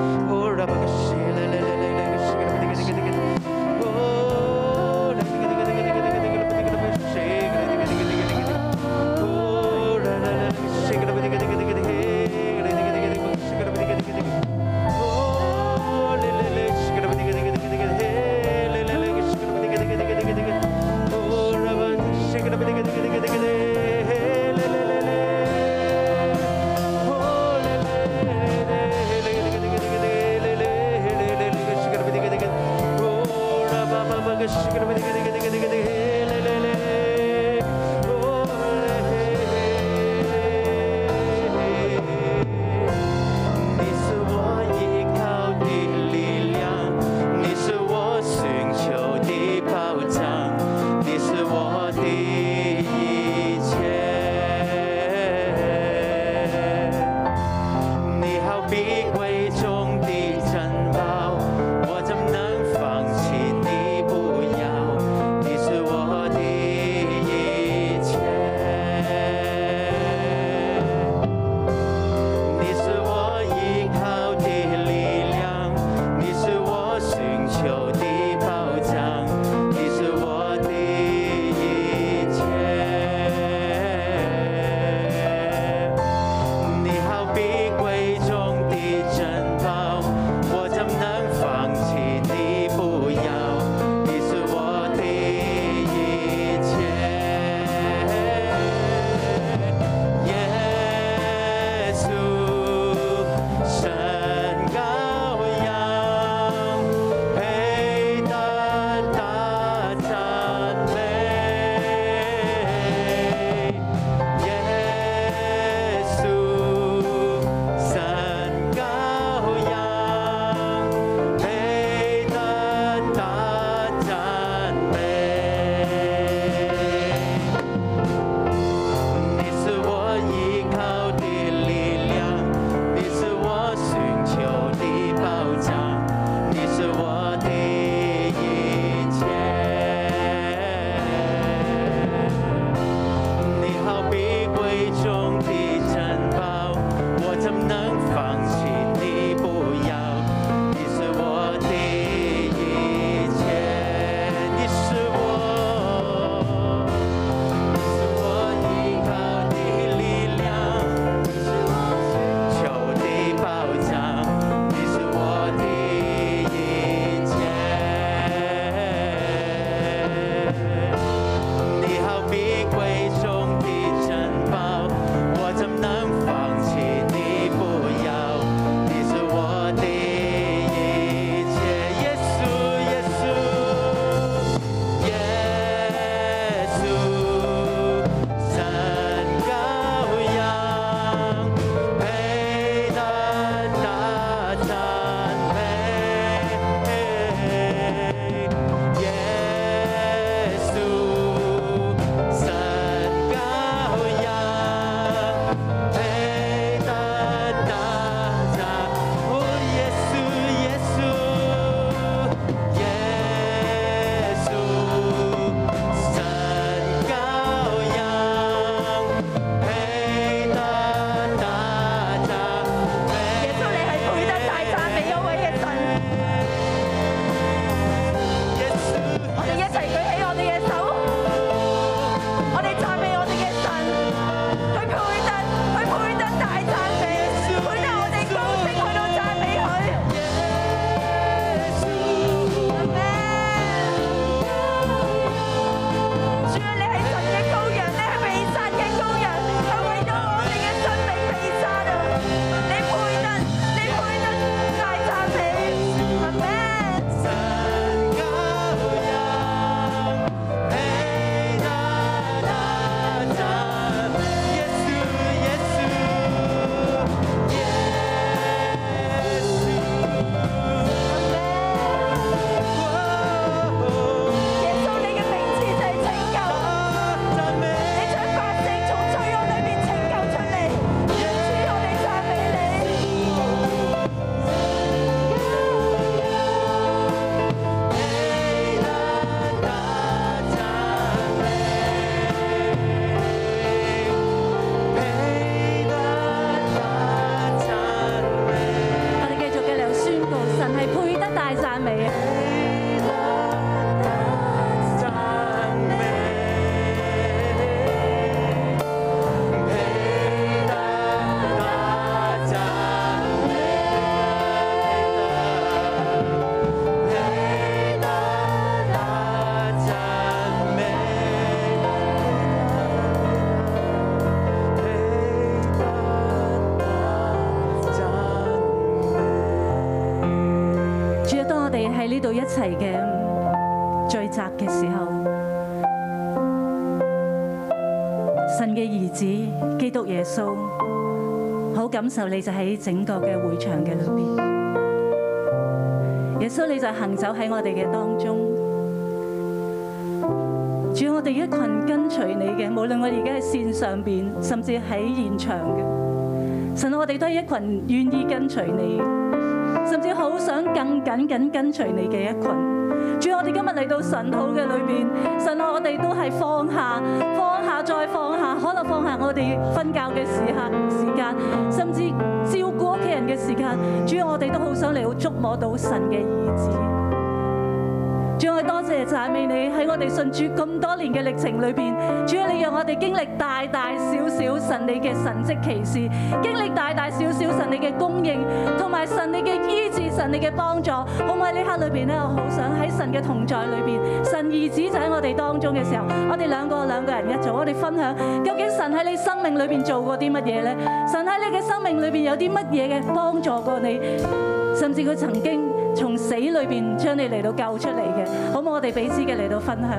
讚美。喺呢度一齊嘅聚集嘅時候，神嘅兒子基督耶穌好感受你就喺整個嘅會場嘅裏邊，耶穌你就行走喺我哋嘅當中，主我哋一群跟隨你嘅，無論我哋而家喺線上邊，甚至喺現場嘅，神我哋都係一群願意跟隨你，甚至好想更緊緊跟隨你嘅一群。主，我哋今日嚟到神土嘅裏邊，神我哋都係放下再放下，可能放下我哋瞓覺嘅時間，甚至照顧屋企人嘅時間。主，我哋都好想嚟到觸摸到神嘅意志。主，我多謝讚美你喺我哋信主咁多年嘅歷程裏邊，主啊，你讓我哋經歷大大小小神你嘅神蹟奇事，經歷大大小小神你嘅供應，同埋神你嘅醫治，神你嘅幫助。好唔好喺呢刻裏邊咧？我好想喺神嘅同在裏邊，神兒子就喺我哋當中嘅時候，我哋兩個人一組，我哋分享究竟神喺你生命裏邊做過啲乜嘢咧？神喺你嘅生命裏邊有啲乜嘢嘅幫助過你？甚至佢曾經從死裏邊將你嚟到救出嚟嘅，好唔好？我哋彼此嘅嚟到分享。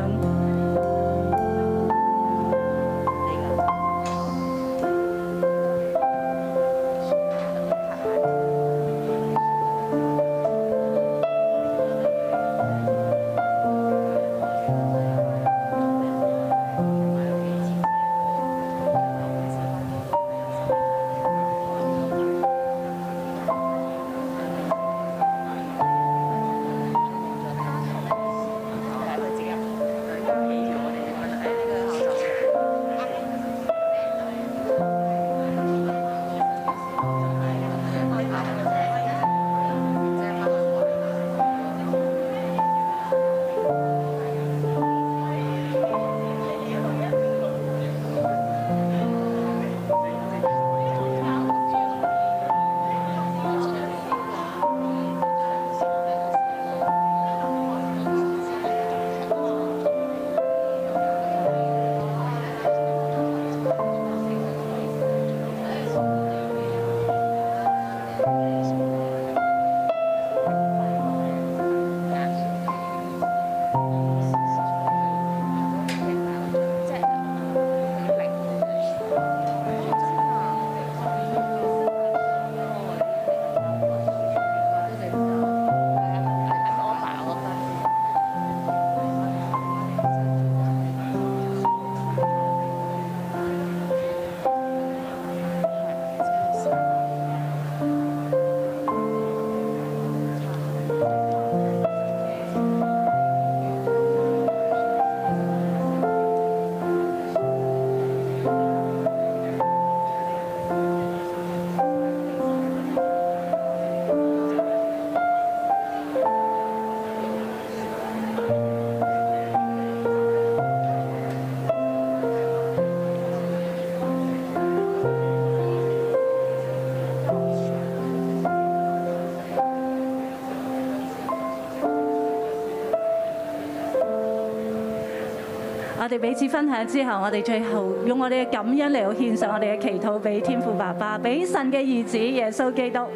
我哋彼此分享之後，我哋最後用我哋嘅感恩嚟到獻上我哋嘅祈禱俾天父爸爸，俾神嘅兒子耶穌基督。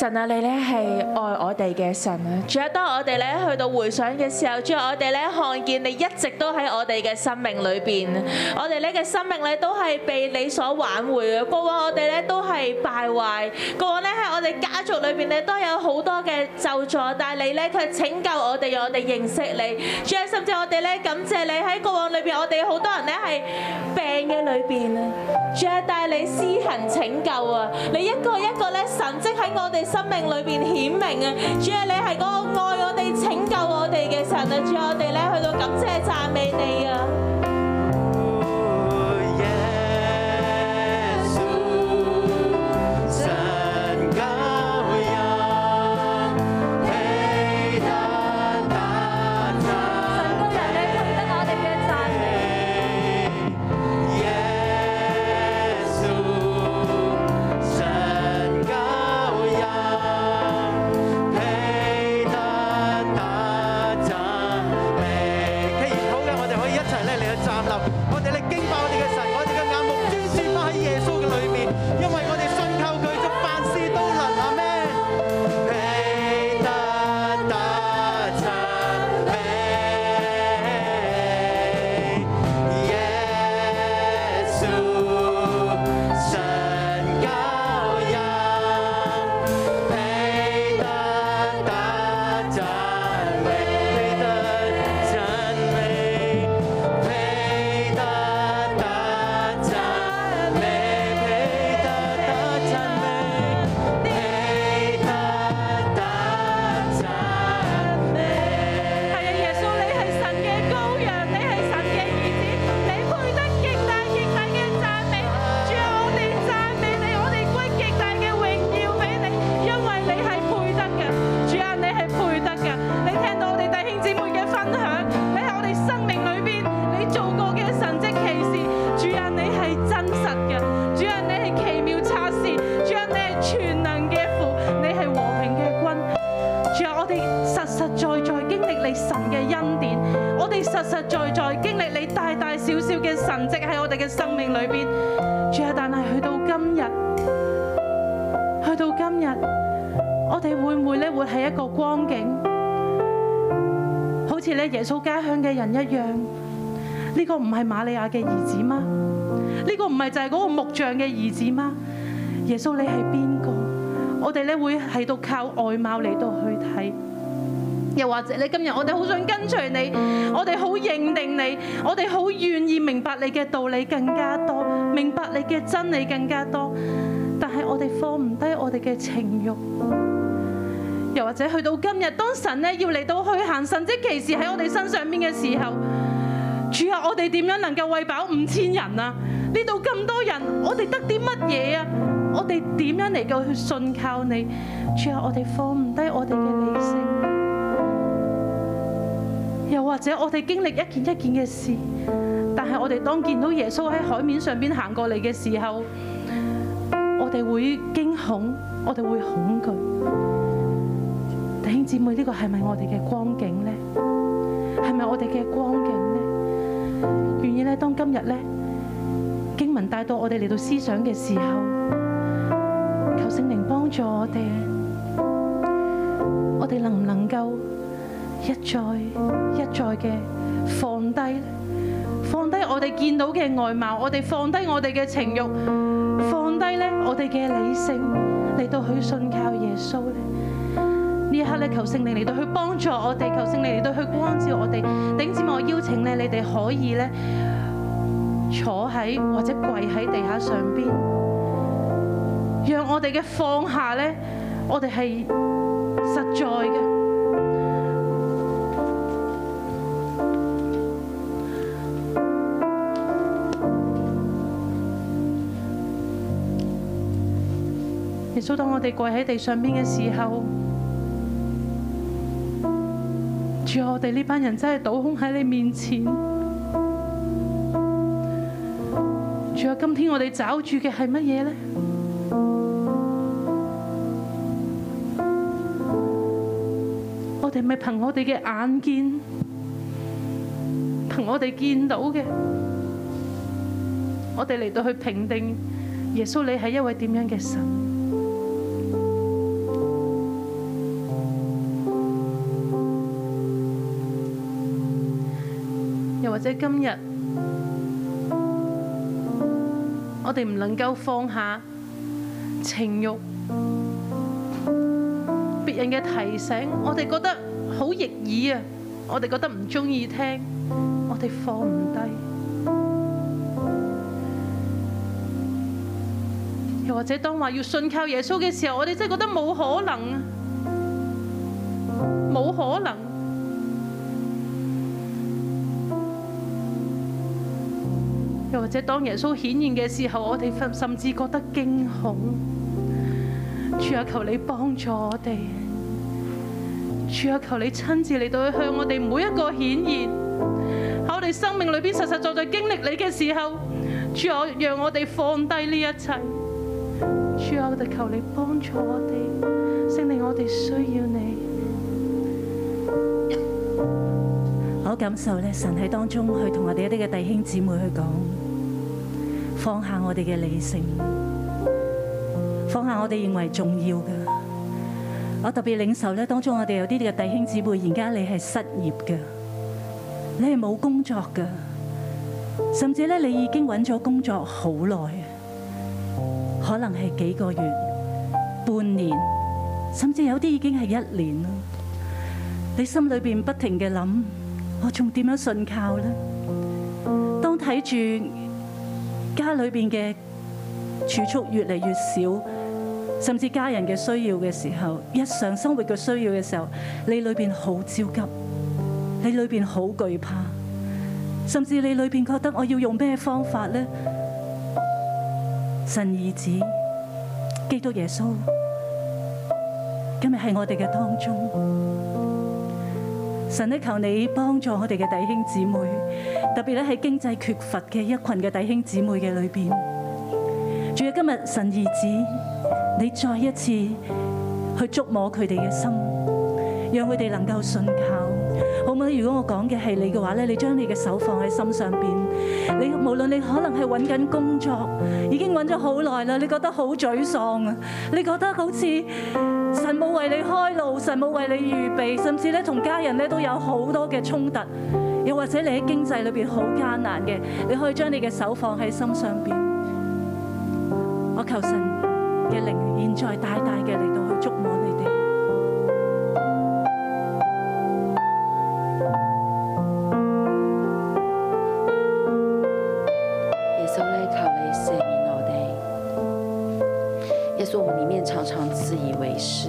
神啊，你咧係愛我哋嘅神啊！主啊，當我哋咧去到回想嘅時候，主啊，我哋咧看見你一直都喺我哋嘅生命裏邊，我哋咧嘅生命咧都係被你所挽回嘅。過往我哋咧都係敗壞，過往咧喺我哋家族裏邊咧都有好多嘅咒詛，但係你咧卻拯救我哋，讓我哋認識你。主啊，甚至我哋咧感謝你喺過往裏邊，我哋好多人咧係病嘅裏邊啊！主啊，但係你施行拯救啊！你一個一個咧神蹟喺我哋生命裏邊顯明啊！主啊，你係嗰個愛我哋、拯救我哋嘅神啊！主啊，我哋咧去到感謝讚美你啊！耶穌家鄉嘅人一樣，呢個唔係瑪利亞嘅兒子嗎？呢個唔係就係嗰個木匠嘅兒子嗎？耶穌你係邊個？我哋咧會喺度靠外貌嚟到去睇，又或者你今日我哋好想跟隨你，我哋好認定你，我哋好願意明白你嘅道理更加多，明白你嘅真理更加多，但係我哋放唔低我哋嘅情慾。又或者去到今日，當神咧要嚟到去行神蹟奇事喺我哋身上邊嘅時候，主啊，我哋點樣能夠餵飽5000人啊？呢度咁多人，我哋得啲乜嘢啊？我哋點樣嚟到去信靠你？主啊，我哋放唔低我哋嘅理性。又或者我哋經歷一件一件嘅事，但係我哋當見到耶穌喺海面上邊行過嚟嘅時候，我哋會驚恐，我哋會恐懼。弟兄姊妹，呢個係咪我哋嘅光景呢？係咪我哋嘅光景呢？願意咧，當今日咧經文帶到我哋嚟到思想嘅時候，求聖靈幫助我哋，我哋能唔能夠一再嘅放低我哋見到嘅外貌，我哋放低我哋嘅情慾，放低咧我哋嘅理性嚟到去信靠耶穌咧？呢一刻咧，求聖靈嚟到去幫助我哋，求聖靈嚟到去光照我哋。弟兄姊妹，我邀請咧，你哋可以咧坐喺或者跪喺地下上邊，讓我哋嘅放下咧，我哋係實在嘅。耶穌，當我哋跪喺地上邊嘅時候，主啊，我哋呢班人真係倒空喺你面前。主啊，今天我哋找住嘅係乜嘢呢？我哋咪憑我哋嘅眼見，憑我哋見到嘅，我哋嚟到去評定耶穌你係一位點樣嘅神？ 又或者今日我哋唔能夠放下情慾、別人嘅提醒，我哋覺得好逆耳啊，我哋覺得唔中意聽，我哋放唔低。又或者當話要信靠耶穌嘅時候，我哋真係覺得冇可能啊，冇可能。又或者當耶穌顯現嘅時候，我哋甚至覺得驚恐。主啊，求你幫助我哋。主啊，求你親自嚟到去向我哋每一個顯現，喺我哋生命裏邊實實在在經歷你嘅時候，主啊，讓我哋放低呢一切。主啊，我哋求你幫助我哋，聖靈，我哋需要你。 我感受咧，神喺當中去同我哋一啲嘅弟兄姊妹去講，放下我哋嘅理性，放下我哋認為重要嘅。我特別領受咧，當中我哋有啲嘅弟兄姊妹，而家你係失業嘅，你係冇工作嘅，甚至咧你已經揾咗工作好耐，可能係幾個月、半年，甚至有啲已經係1年啦。你心裏邊不停嘅諗，我仲點樣信靠呢？當睇住家裏邊嘅儲蓄越嚟越少，甚至家人嘅需要嘅時候，日常生活嘅需要嘅時候，你裏邊好焦急，你裏邊好懼怕，甚至你裏邊覺得我要用咩方法呢？神兒子基督耶穌今日喺我哋嘅當中，神咧求你幫助我哋嘅弟兄姊妹，特別咧喺經濟缺乏嘅一群嘅弟兄姊妹嘅裏邊。主啊，今日神兒子，你再一次去觸摸佢哋嘅心，讓佢哋能夠信靠。好唔好？如果我講嘅係你嘅話咧，你將你嘅手放喺心上邊。你無論你可能係揾緊工作，已經揾咗好耐啦，你覺得好沮喪啊，你覺得好似神冇為你開路，神冇為你預備，甚至咧同家人咧都有好多嘅衝突，又或者你喺經濟裏邊好艱難嘅，你可以將你嘅手放喺心上邊。我求神嘅靈現在大大嘅嚟到去觸摸你哋。 耶穌咧，求你赦免我哋。耶穌，我們裡面常常自以為是。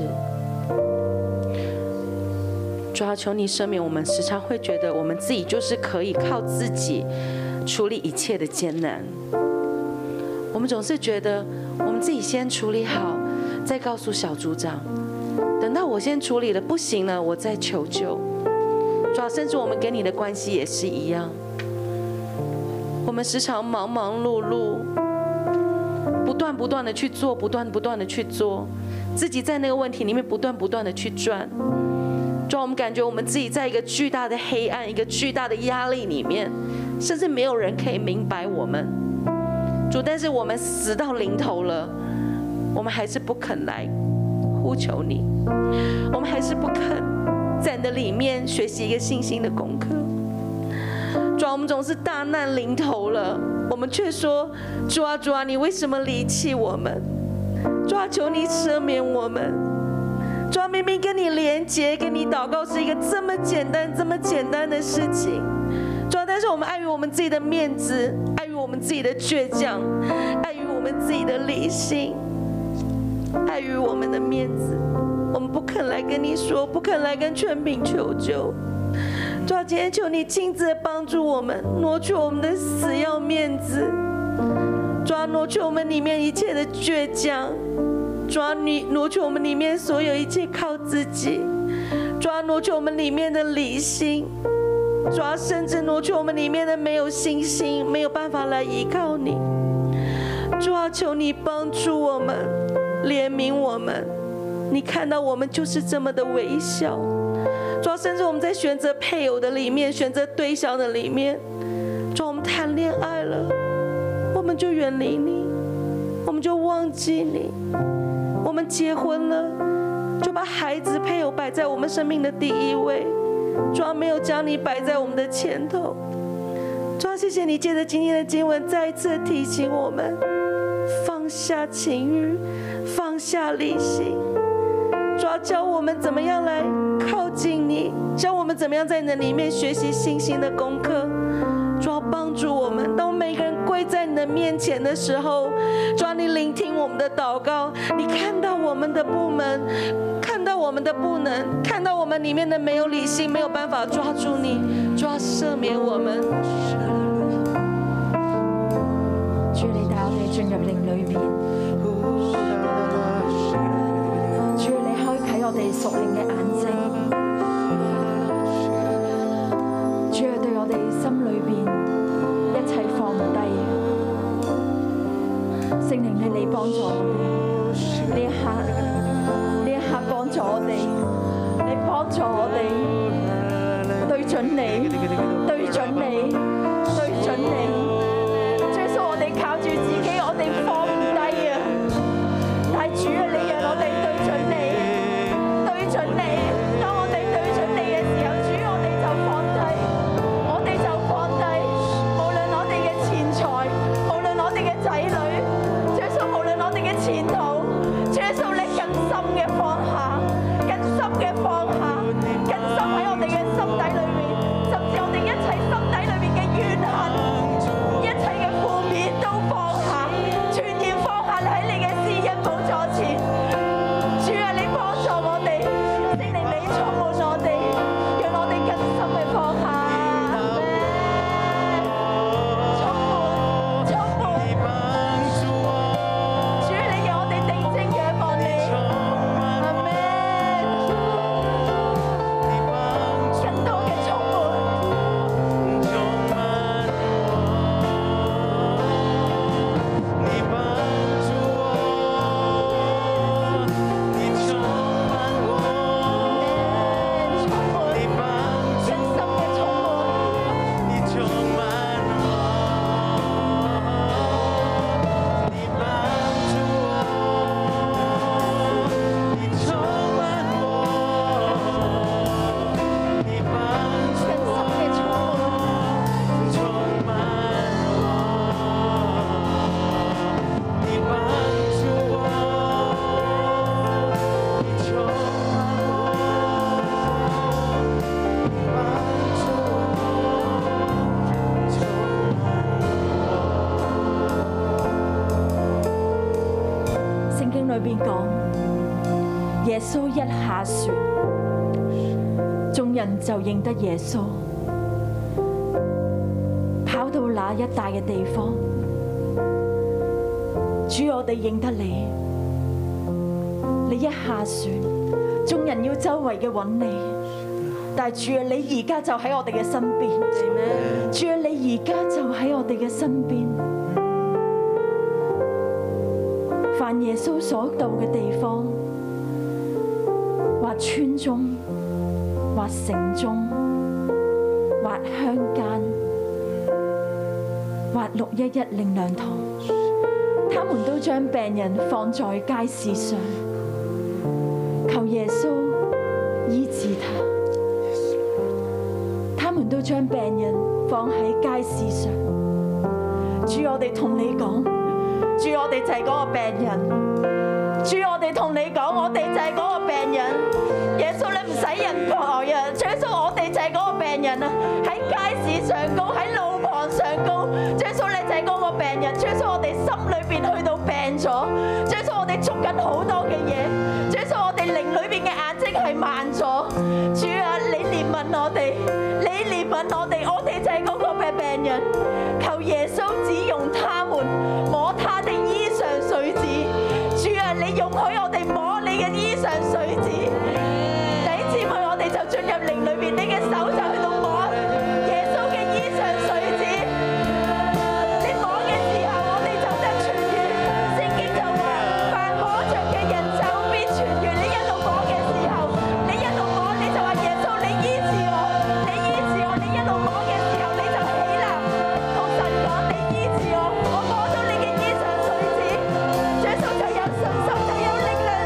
主啊，求你赦免我們，時常會覺得我們自己就是可以靠自己處理一切的艱難。我們總是覺得我們自己先處理好，再告訴小組長。等到我先處理了不行了，我再求救。主啊，甚至我們跟你的關係也是一樣。我們時常忙忙碌碌，不斷的去做，不斷的去做，自己在那個問題裡面不斷的去轉。主啊，我們感覺我們自己在一個巨大的黑暗，一個巨大的壓力裡面，甚至沒有人可以明白我們。主，但是我們死到臨頭了，我們還是不肯來呼求你，我們還是不肯在你的裡面學習一個信心的功課。主啊，我們總是大難臨頭了，我們卻說，主啊，主啊，你為什麼離棄我們？主啊，求你赦免我們。主啊，明明跟你連結，跟你禱告是一個這麼簡單的事情。主啊，但是我們礙於我們自己的面子，礙於我們自己的倔強，礙於我們自己的理性，礙於我們的面子，我們不肯來跟你說，不肯來跟權柄求救。主啊，今天求你親自幫助我們，挪去我們的死要面子。主啊，挪去我們裡面一切的倔強。主啊，你挪去我們裡面所有一切靠自己。主啊，挪去我們裡面的理性。主啊，甚至挪去我們裡面的沒有信心，沒有辦法來依靠你。主啊，求你幫助我們，憐憫我們。你看到我們就是這麼的微小。主啊，甚至我們在選擇配偶的裡面，選擇對象的裡面，主啊，我們談戀愛了，我們就遠離你，我們就忘記你。我們結婚了，就把孩子配偶擺在我們生命的第一位。主啊，沒有將你擺在我們的前頭。 主啊，谢谢你借着今天的经文再一次提醒我们，放下情欲，放下理性。主啊，教我们怎么样来靠近你，教我们怎么样在你的里面学习信心的功课。主啊，帮助我们，当我们每个人跪在你的面前的时候，主啊，你聆听我们的祷告，你看到我们的不能，看到我们的不能，看到我们里面的没有理性，没有办法抓住你。主啊，赦免我们。 主，你帶我哋進入靈裏邊。主，你開啟我哋屬靈嘅眼睛。主啊，對我哋心裏邊一切放唔低。聖靈你嚟幫助我哋，呢一刻幫助我哋，你幫助我哋對準你，對準你，對準你。主耶穌，我哋靠住自己，我哋放唔低啊！但係主啊，你讓我哋對準你，對準你。當我哋對準你嘅時候，主我哋就放低，我哋就放低。無論我哋嘅錢財，無論我哋嘅仔女，主耶穌，無論我哋嘅前途，主耶穌，你更深嘅放下，更深嘅放下，更深喺我哋嘅心底裏面，甚至我哋一切心底裏面嘅怨恨。一切嘅負面都放下，全然放下喺你嘅施恩寶座前。主啊，你幫助我哋，聖靈你充滿我哋，讓我哋更深嘅放下。充滿。主啊，你讓我哋定睛仰望你。阿們。更多嘅充滿。裏邊講，耶穌一下船，眾人就認得耶穌，跑到那一帶嘅地方。主，我哋認得你，你一下船，眾人要周圍嘅揾你，但係主啊，你而家就喺我哋嘅身邊。主啊，你而家就喺我哋嘅身邊。凡耶穌所到嘅地方，或村中，或城中，或鄉間，或611靈糧堂，他們都將病人放在街市上，求耶穌醫治他。他們都將病人放喺街市上。主，我哋同你講。主，我哋就係嗰個病人。主，我哋同你講，我哋就係嗰個病人。耶穌，你唔使人代啊！主耶穌，我哋就係嗰個病人啊！喺街市上高，喺路旁上高。主耶穌，你就係嗰個病人。主耶穌，我哋心裏邊去到病咗。主耶穌，我哋捉緊好多嘅嘢。主耶穌，我哋靈裏邊嘅眼睛係盲咗。主啊，你憐憫我哋，你憐憫我哋，我哋就係嗰個病人。求耶穌只用他們摸他的衣裳繸子。主啊，你容許我哋摸你嘅衣裳繸子。弟兄姊妹，我哋就進入靈裏邊，你嘅手就去到摸耶穌嘅衣裳繸子。你摸嘅時候，我哋就得痊愈。聖經就話，凡摸着嘅人就必痊愈。你一路摸嘅時候，你一路摸，你就話耶穌，你醫治我，你醫治我。你一路摸嘅時候，你就起立，同神講，你醫治我，我摸到你嘅衣裳繸子。耶穌就有信心，就有力量。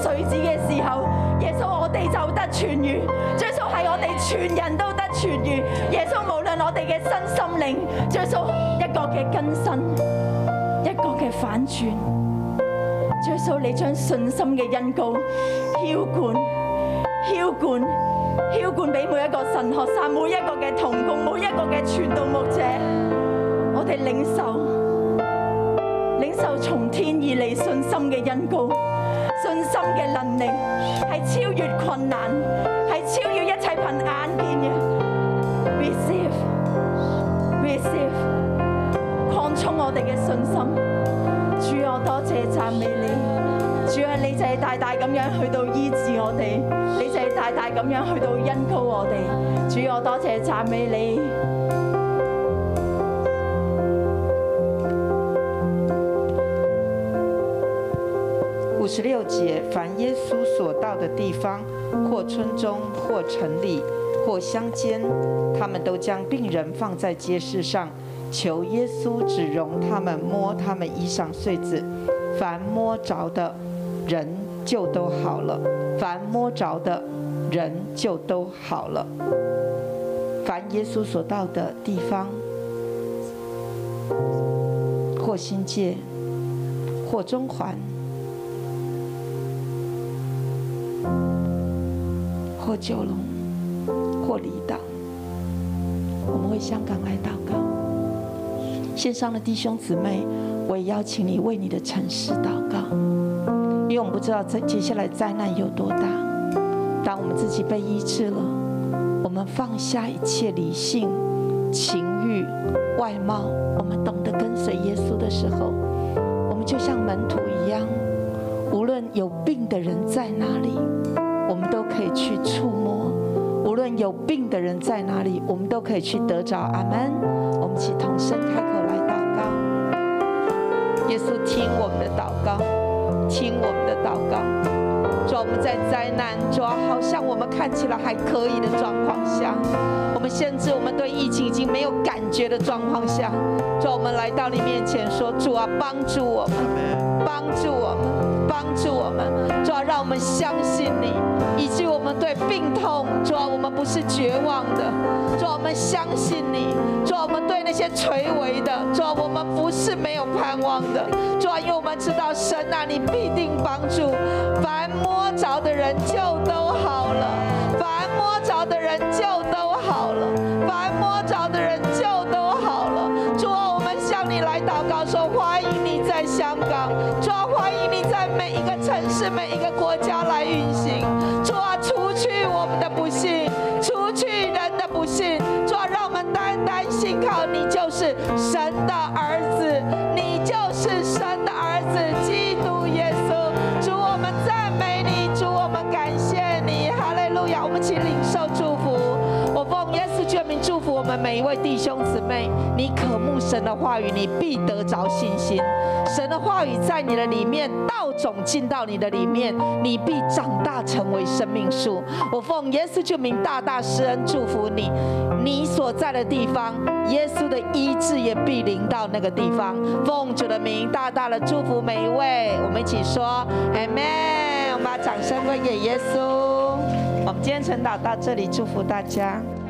穗子嘅時候，耶穌我哋就得痊愈。耶穌係我哋全人都得痊愈。耶穌無論我哋嘅身心靈，耶穌一個嘅更新，一個嘅反轉。耶穌你將信心嘅恩膏澆灌俾每一個神學生，每一個嘅同工，每一個嘅傳道牧者，我哋領受從天而嚟信心嘅恩膏，信心嘅能力係超越困難，係超越一切憑眼見嘅。Receive， 擴充我哋嘅信心。主我多謝讚美你，主啊，你就係大大咁樣去到醫治我哋，你就係大大咁樣去到恩膏我哋。主我多謝讚美你。 56節，凡耶穌所到的地方，或村中，或城里，或鄉間，他們都將病人放在街市上，求耶穌只容他們摸他們衣上穗子，凡摸着的人就都好了。凡摸着的人就都好了。凡耶穌所到的地方，或新界，或中環，或九龍，或離島，我們為香港來禱告。線上的弟兄姊妹，我也邀請你為你的城市禱告，因為我們不知道接下來災難有多大。當我們自己被醫治了，我們放下一切理性、情慾、外貌，我們懂得跟隨耶穌的時候，我們就像門徒一樣，無論有病的人在哪裡，我們都可以去觸摸；無論有病的人在哪裡，我們都可以去得着。阿們。我們一起同聲開口來禱告。耶穌聽我們的禱告，聽我們的禱告。主，我們在災難，主好像我們看起來還可以的狀況下，我們甚至我們對疫情已經沒有感覺的狀況下，主，我們來到你面前說：主啊，幫助我們，幫助我們，幫助我們。主啊，讓我們相信你，以及我們對病痛，主啊，我們不是絕望的。主啊，我們相信你。主啊，我們對那些垂危的，主啊，我們不是沒有盼望的。主啊，因為我們知道神啊，你必定幫助，凡摸着的人就都好了，凡摸着的人就都好了，凡摸着的人就都好了。主啊，我們向你來禱告說，歡迎你在香港，主啊，歡迎你在每一個城市、每一個國家來運行。主啊，除去我們的不幸，除去人的不幸。主啊，讓我們單單信靠你，就是神的兒子，你就是神的兒子，基督耶穌。主，我們讚美你，主，我們感謝你，哈利路亞！我們請領受祝福。我奉耶穌基督名祝福我們每一位弟兄姊妹，你渴慕神的話語，你必得着信心。神的話語在你的裡面，道種進到你的裡面，你必長大成為生命樹。我奉耶穌基督名大大施恩祝福你，你所在的地方，耶穌的醫治也必臨到那個地方。奉主的名大大的祝福每一位，我們一起說 Amen。我們把掌聲歸給耶穌。我們今天晨禱到這裡，祝福大家。